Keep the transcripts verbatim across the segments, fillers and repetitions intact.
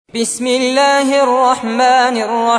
بسم الله الرحمن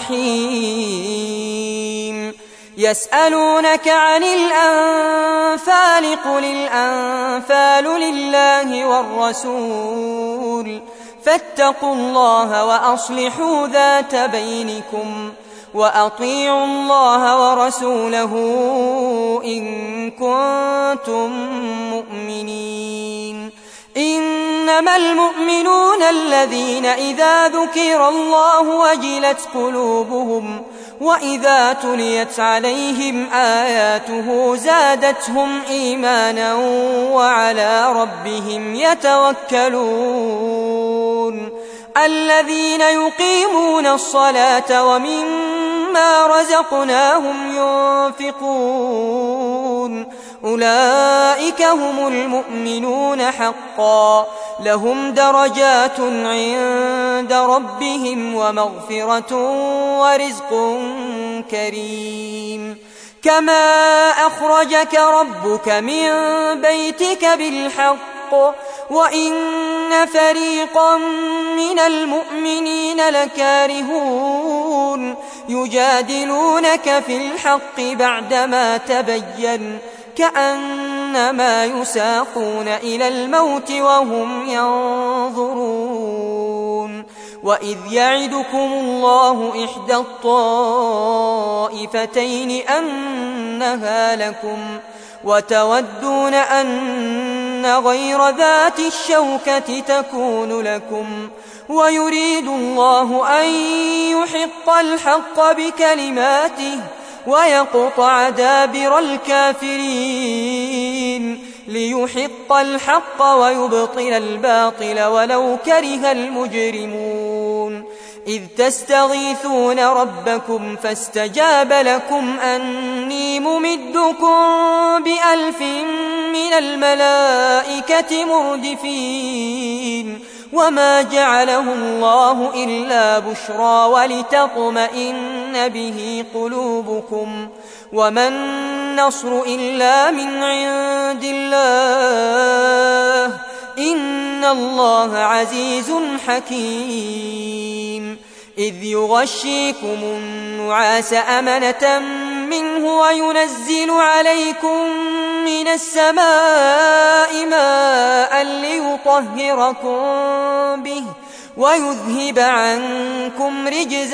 الرحيم يسألونك عن الأنفال قل الأنفال لله والرسول فاتقوا الله وأصلحوا ذات بينكم وأطيعوا الله ورسوله إن كنتم مؤمنين. إنما المؤمنون الذين إذا ذكر الله وجلت قلوبهم وإذا تليت عليهم آياته زادتهم إيمانا وعلى ربهم يتوكلون. الذين يقيمون الصلاة ومما رزقناهم ينفقون أولئك هم المؤمنون حقا لهم درجات عند ربهم ومغفرة ورزق كريم. كما أخرجك ربك من بيتك بالحق وإن فريقا من المؤمنين لكارهون يجادلونك في الحق بعدما تبين كأنما يساقون إلى الموت وهم ينظرون. وإذ يعدكم الله إحدى الطائفتين أنها لكم وتودون أن غير ذات الشوكة تكون لكم ويريد الله أن يحق الحق بكلماته ويقطع دابر الكافرين ليحق الحق ويبطل الباطل ولو كره المجرمون. إذ تستغيثون ربكم فاستجاب لكم أني ممدكم بألف من الملائكة مردفين وما جعله الله إلا بشرى ولتطمئن به قلوبكم وما النصر إلا من عند الله إن الله عزيز حكيم. إذ يغشيكم النعاس أمنة منه وينزل عليكم من السماء ماء ليطهركم به ويذهب عنكم رجز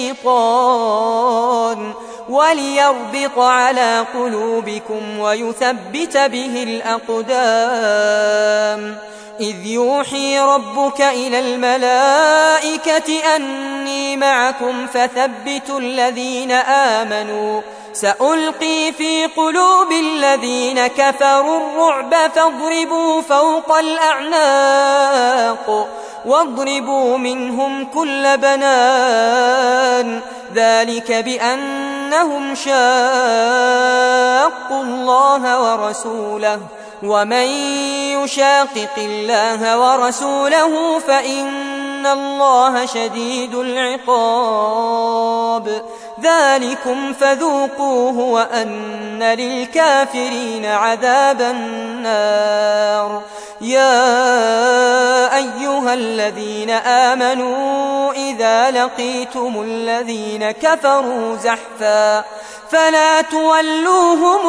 الشيطان وليربط على قلوبكم ويثبت به الأقدام. إذ يوحي ربك إلى الملائكة أني معكم فثبتوا الذين آمنوا سألقي في قلوب الذين كفروا الرعب فاضربوا فوق الأعناق واضربوا منهم كل بنان ذلك بأنهم شاقوا الله ورسوله ومن يشاقق الله ورسوله فإن الله شديد العقاب. ذلكم فذوقوه وأن للكافرين عذاب النار. يا أيها الذين آمنوا إذا لقيتم الذين كفروا زحفا فلا تولوهم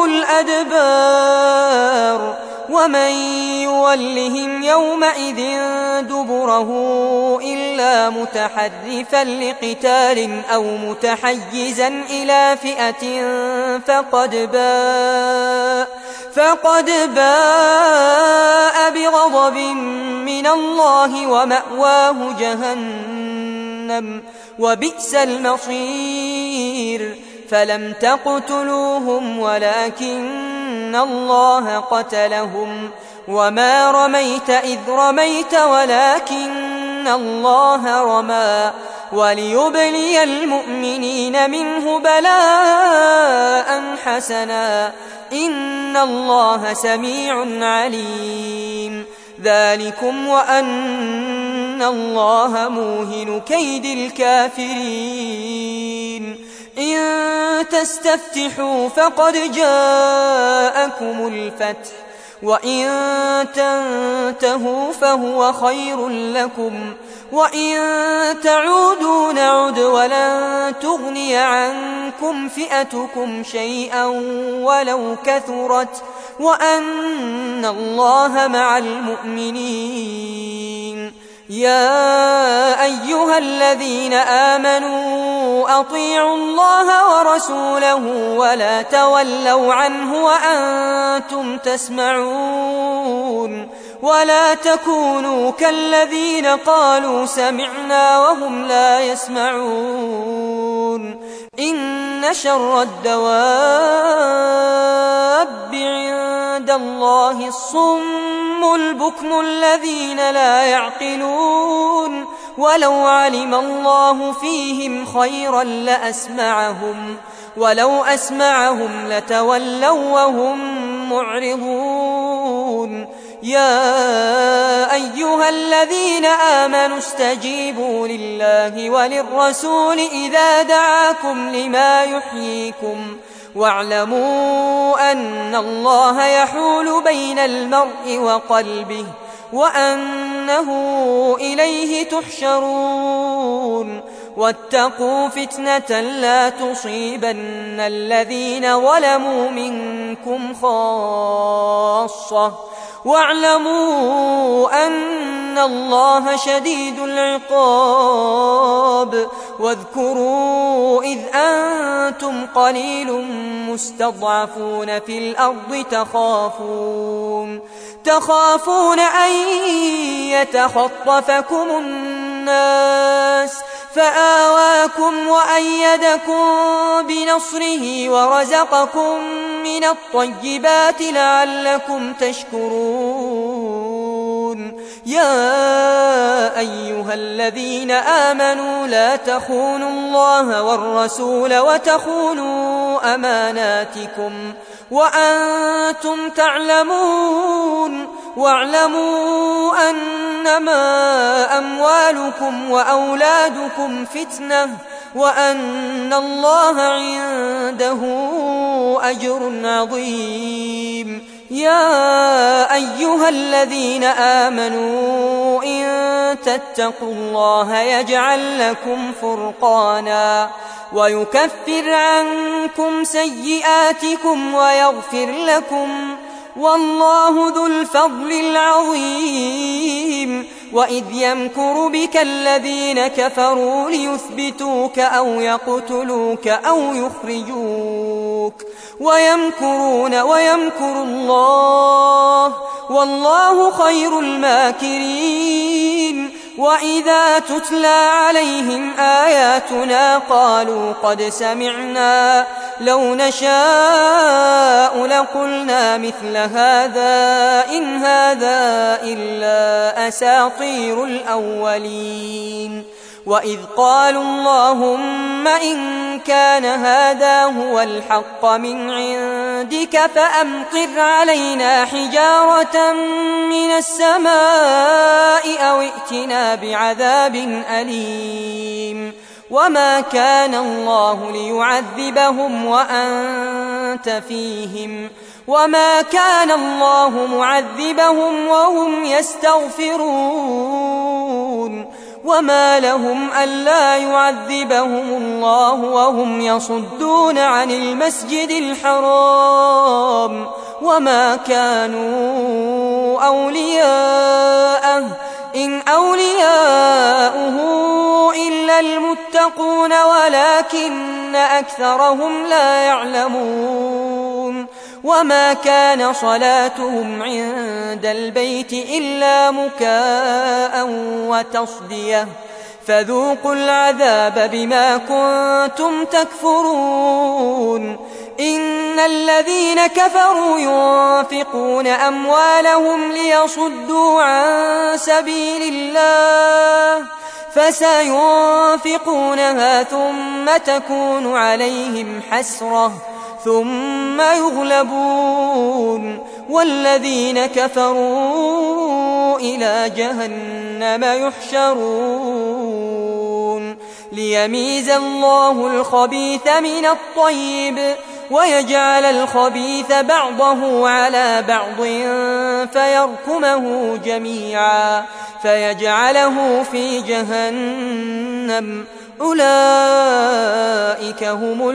الأدبار ومن يولهم يومئذ دبره إلا متحرفا لقتال أو متحيزا إلى فئة فقد باء فقد باء بغضب من الله ومأواه جهنم وبئس المصير. فلم تقتلوهم ولكن الله قتلهم وما رميت إذ رميت ولكن الله رمى وليبلي المؤمنين منه بلاء حسنا إن الله سميع عليم. ذلكم وأن الله موهن كيد الكافرين. إن تستفتحوا فقد جاءكم الفتح وإن تنتهوا فهو خير لكم وإن تعودوا نعد ولن تغني عنكم فئتكم شيئا ولو كثرت وأن الله مع المؤمنين. يا أيها الذين آمنوا أطيعوا الله ورسوله ولا تولوا عنه وأنتم تسمعون ولا تكونوا كالذين قالوا سمعنا وهم لا يسمعون. إن شر الدواب عند الله الصم البكم الذين لا يعقلون ولو علم الله فيهم خيرا لأسمعهم ولو أسمعهم لتولوا وهم معرضون. يا أيها الذين آمنوا استجيبوا لله وللرسول إذا دعاكم لما يحييكم واعلموا أن الله يحول بين المرء وقلبه وأنه إليه تحشرون. واتقوا فتنة لا تصيبن الذين ظلموا منكم خاصة واعلموا أن الله شديد العقاب. واذكروا إذ أنتم قليل مستضعفون في الأرض تخافون تخافون أن يتخطفكم الناس فآواكم وأيدكم بنصره ورزقكم من الطيبات لعلكم تشكرون. يا أيها الذين آمنوا لا تخونوا الله والرسول وتخونوا أماناتكم وأنتم تعلمون. واعلموا أنما أموالكم وأولادكم فتنة وأن الله عنده أجر عظيم. يا أيها الذين آمنوا إن تتقوا الله يجعل لكم فرقانا ويكفر عنكم سيئاتكم ويغفر لكم والله ذو الفضل العظيم. وإذ يمكر بك الذين كفروا ليثبتوك أو يقتلوك أو يخرجوك ويمكرون ويمكر الله والله خير الماكرين. وإذا تتلى عليهم آياتنا قالوا قد سمعنا لو نشاء لقلنا مثل هذا إن هذا إلا أساطير الأولين. وإذ قالوا اللهم إن كان هذا هو الحق من عندك فأمطر علينا حجارة من السماء أو ائتنا بعذاب أليم. وما كان الله ليعذبهم وأنت فيهم وما كان الله معذبهم وهم يستغفرون. وما لهم ألا يعذبهم الله وهم يصدون عن المسجد الحرام وما كانوا أولياءه إن أولياؤه إلا المتقون ولكن أكثرهم لا يعلمون. وما كان صلاتهم عند البيت إلا مكاء وتصدية فذوقوا العذاب بما كنتم تكفرون. إن الذين كفروا ينفقون أموالهم ليصدوا عن سبيل الله فسينفقونها ثم تكون عليهم حسرة ثم يغلبون والذين كفروا إلى جهنم يحشرون. ليميز الله الخبيث من الطيب ويجعل الخبيث بعضه على بعض فيركمه جميعا فيجعله في جهنم أولئك هم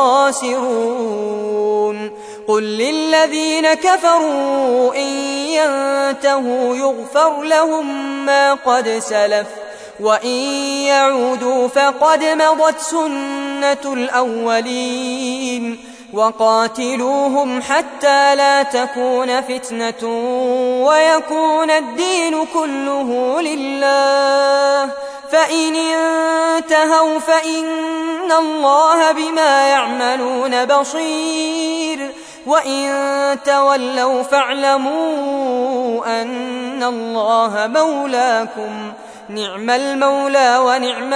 الخاسرون قل للذين كفروا إن ينتهوا يغفر لهم ما قد سلف وإن يعودوا فقد مضت سنة الأولين وقاتلوهم حتى لا تكون فتنة ويكون الدين كله لله فإن انتهوا فإن الله بما يعملون بصير وإن تولوا فاعلموا أن الله مولاكم نعم المولى ونعم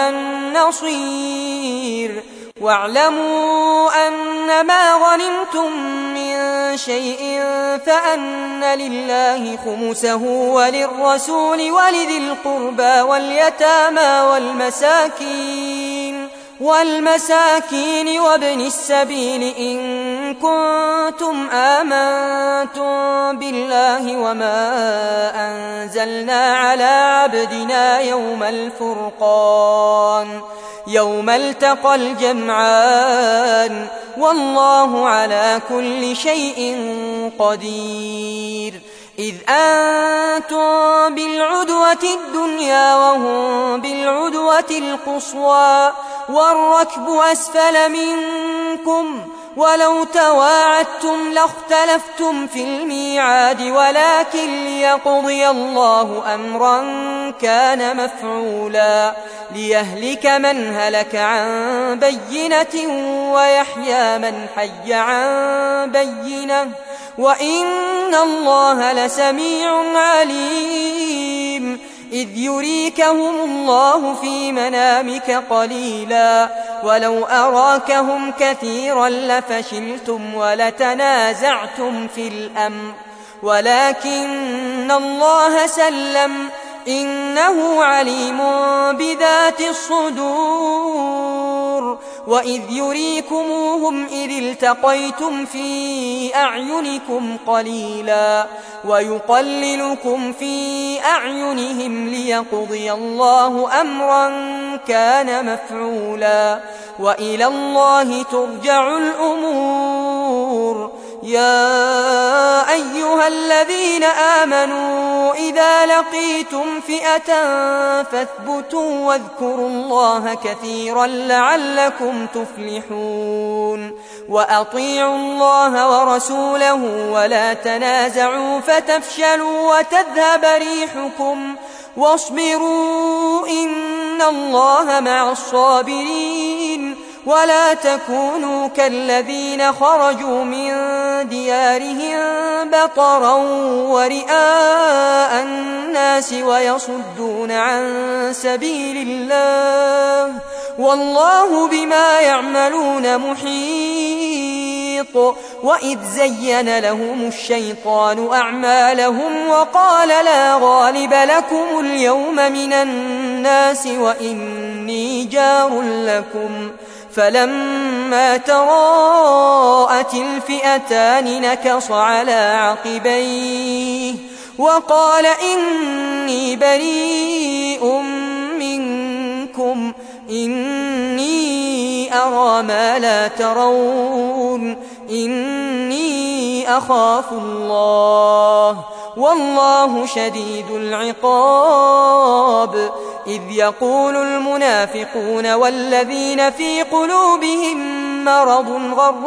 النصير واعلموا أن ما غنمتم من شيء فأن لله خمسه وللرسول ولذي القربى واليتامى والمساكين والمساكين وابن السبيل إن كنتم آمنتم بالله وما أنزلنا على عبدنا يوم الفرقان يوم التقى الجمعان والله على كل شيء قدير إذ أنتم بالعدوة الدنيا وهم بالعدوة القصوى والركب أسفل منكم ولو تواعدتم لاختلفتم في الميعاد ولكن ليقضي الله أمرا كان مفعولا ليهلك من هلك عن بينة ويحيى من حي عن بينة وإن الله لسميع عليم إذ يريكهم الله في منامك قليلا ولو أراكهم كثيرا لفشلتم ولتنازعتم في الأمر ولكن الله سلم إنه عليم بذات الصدور وإذ يريكموهم إذ التقيتم في أعينكم قليلا ويقللكم في أعينهم ليقضي الله أمرا كان مفعولا وإلى الله ترجع الأمور يا أيها الذين آمنوا إذا لقيتم فئة فاثبتوا واذكروا الله كثيرا لعلكم تفلحون وأطيعوا الله ورسوله ولا تنازعوا فتفشلوا وتذهب ريحكم واصبروا إن الله مع الصابرين ولا تكونوا كالذين خرجوا من ديارهم بطرا ورئاء الناس ويصدون عن سبيل الله والله بما يعملون محيط وإذ زين لهم الشيطان أعمالهم وقال لا غالب لكم اليوم من الناس وإني جار لكم فلما تراءت الفئتان نكص على عقبيه وقال إني بريء منكم إني أرى ما لا ترون إني أخاف الله والله شديد العقاب إذ يقول المنافقون والذين في قلوبهم مرض غر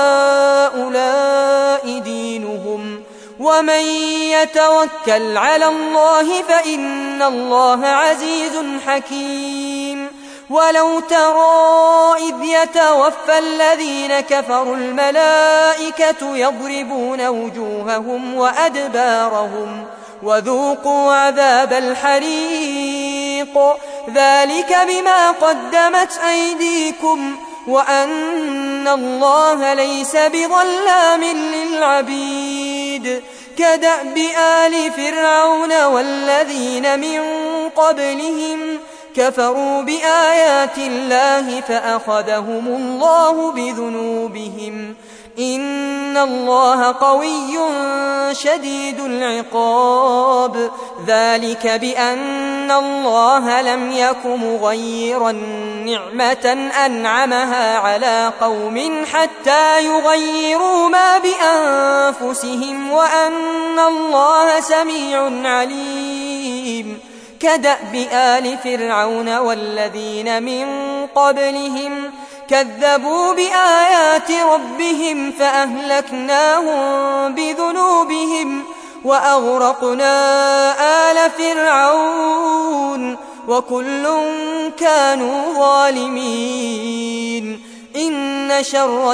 هؤلاء دينهم ومن يتوكل على الله فإن الله عزيز حكيم ولو ترى إذ يتوفى الذين كفروا الملائكة يضربون وجوههم وأدبارهم وذوقوا عذاب الحريق ذلك بما قدمت أيديكم وأن الله ليس بظلام للعبيد كدأب آل فرعون والذين من قبلهم كفروا بآيات الله فأخذهم الله بذنوبهم إن الله قوي شديد العقاب ذلك بأن الله لم يك مغيرا نعمة أنعمها على قوم حتى يغيروا ما بأنفسهم وأن الله سميع عليم كدأب آل فرعون والذين من قبلهم كذبوا بآيات ربهم فأهلكناهم بذنوبهم وأغرقنا آل فرعون وكل كانوا ظالمين إن شر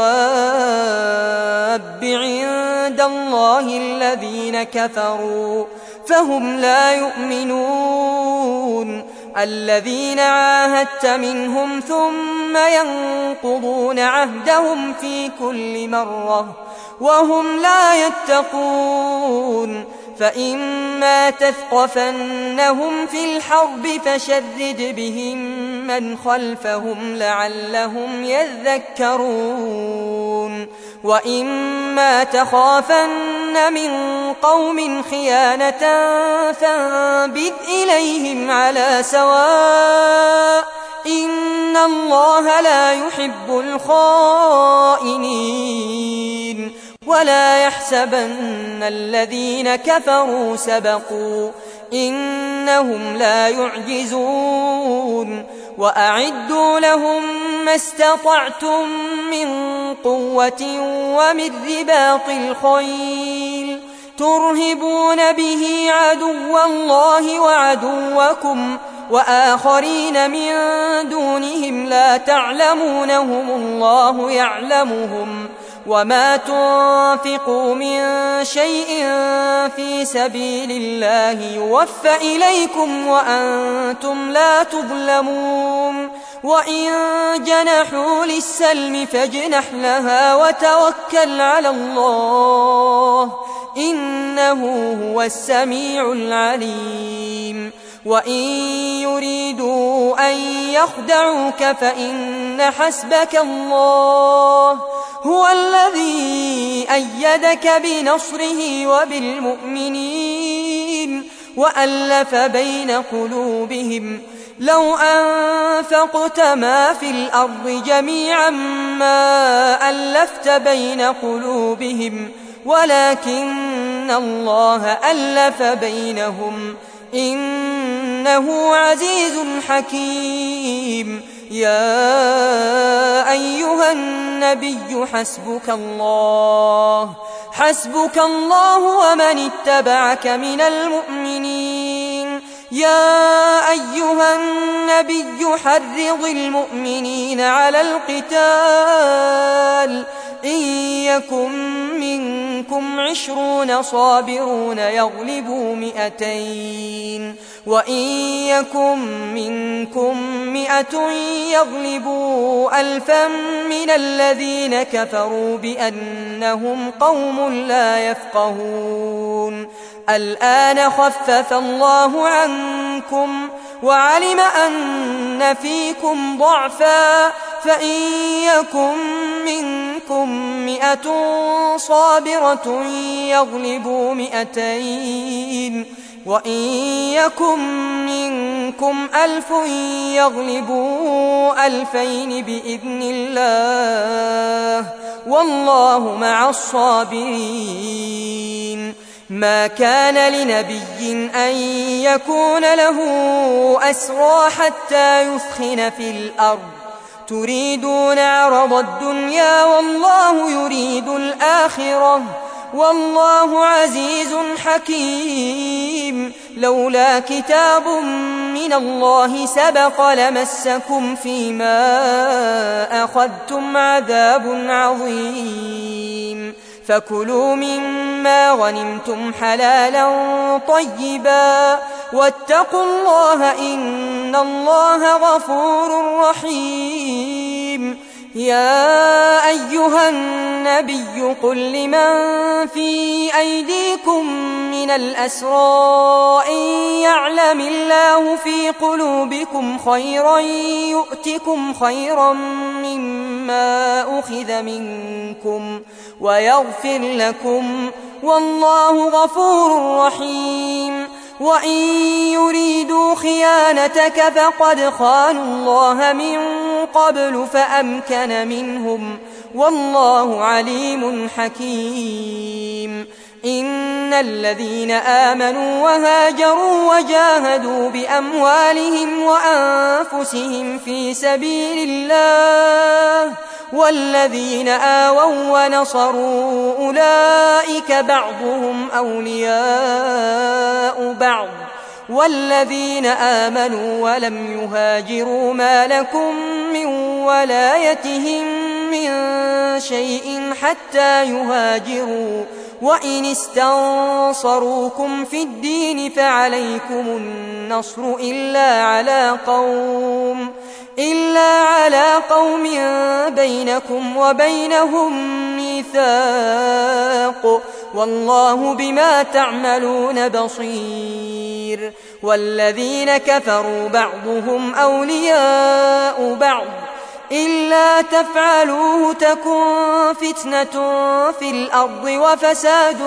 الدواب عند الله الذين كفروا فهم لا يؤمنون الذين عاهدت منهم ثم ينقضون عهدهم في كل مرة وهم لا يتقون فإما تثقفنهم في الحرب فشرد بهم من خلفهم لعلهم يذكرون وإما تخافن من قوم خيانة فانبذ إليهم على سواء إن الله لا يحب الخائنين ولا يحسبن الذين كفروا سبقوا إنهم لا يعجزون وأعدوا لهم ما استطعتم من قوة ومن رباط الخيل ترهبون به عدو الله وعدوكم وآخرين من دونهم لا تعلمونهم الله يعلمهم وما تنفقوا من شيء في سبيل الله يوفى إليكم وأنتم لا تظلمون وإن جنحوا للسلم فاجنح لها وتوكل على الله إنه هو السميع العليم وإن يريدوا أن يخدعوك فإن حسبك الله هو الذي أيدك بنصره وبالمؤمنين وألف بين قلوبهم لو أنفقت ما في الأرض جميعا ما ألفت بين قلوبهم ولكن الله ألف بينهم إنه عزيز حكيم يا أيها النبي حسبك الله حسبك الله ومن اتبعك من المؤمنين يا أيها النبي حرض المؤمنين على القتال إن يكن منكم عشرون صابرون يغلبوا مئتين وإن يكن منكم مئة يغلبوا ألفا من الذين كفروا بأنهم قوم لا يفقهون الآن خفف الله عنكم وعلم أن فيكم ضعفا فإن يكن منكم مئة صابرة يغلبوا مئتين وإن يكن منكم ألف يغلبوا ألفين بإذن الله والله مع الصابرين ما كان لنبي أن يكون له أسرى حتى يثخن في الأرض تريدون عرض الدنيا والله يريد الآخرة والله عزيز حكيم لولا كتاب من الله سبق لمسكم فيما أخذتم عذاب عظيم فكلوا مما غنمتم حلالا طيبا واتقوا الله إن الله غفور رحيم يا أيها النبي قل لمن في أيديكم من الأسرى إن يعلم الله في قلوبكم خيرا يؤتكم خيرا مما أخذ منكم ويغفر لكم والله غفور رحيم. وإن يريدوا خيانتك فقد خانوا الله من قبل فأمكن منهم والله عليم حكيم. إن الذين آمنوا وهاجروا وجاهدوا بأموالهم وأنفسهم في سبيل الله والذين آووا ونصروا أولئك بعضهم أولياء بعض والذين آمنوا ولم يهاجروا ما لكم من ولايتهم من شيء حتى يهاجروا وإن استنصروكم في الدين فعليكم النصر إلا على قوم إلا على قوم بينكم وبينهم ميثاق والله بما تعملون بصير. والذين كفروا بعضهم أولياء بعض إلا تفعلوه تكن فتنة في الأرض وفساد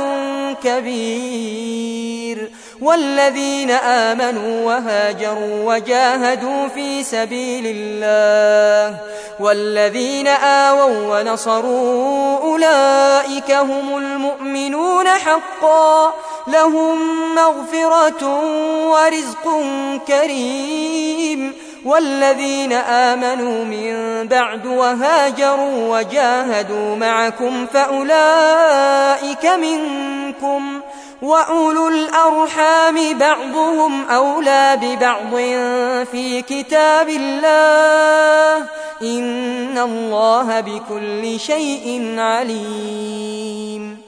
كبير. والذين آمنوا وهاجروا وجاهدوا في سبيل الله والذين آووا ونصروا أولئك هم المؤمنون حقا لهم مغفرة ورزق كريم. والذين آمنوا من بعد وهاجروا وجاهدوا معكم فأولئك منكم وأولو الأرحام بعضهم أولى ببعض في كتاب الله إن الله بكل شيء عليم.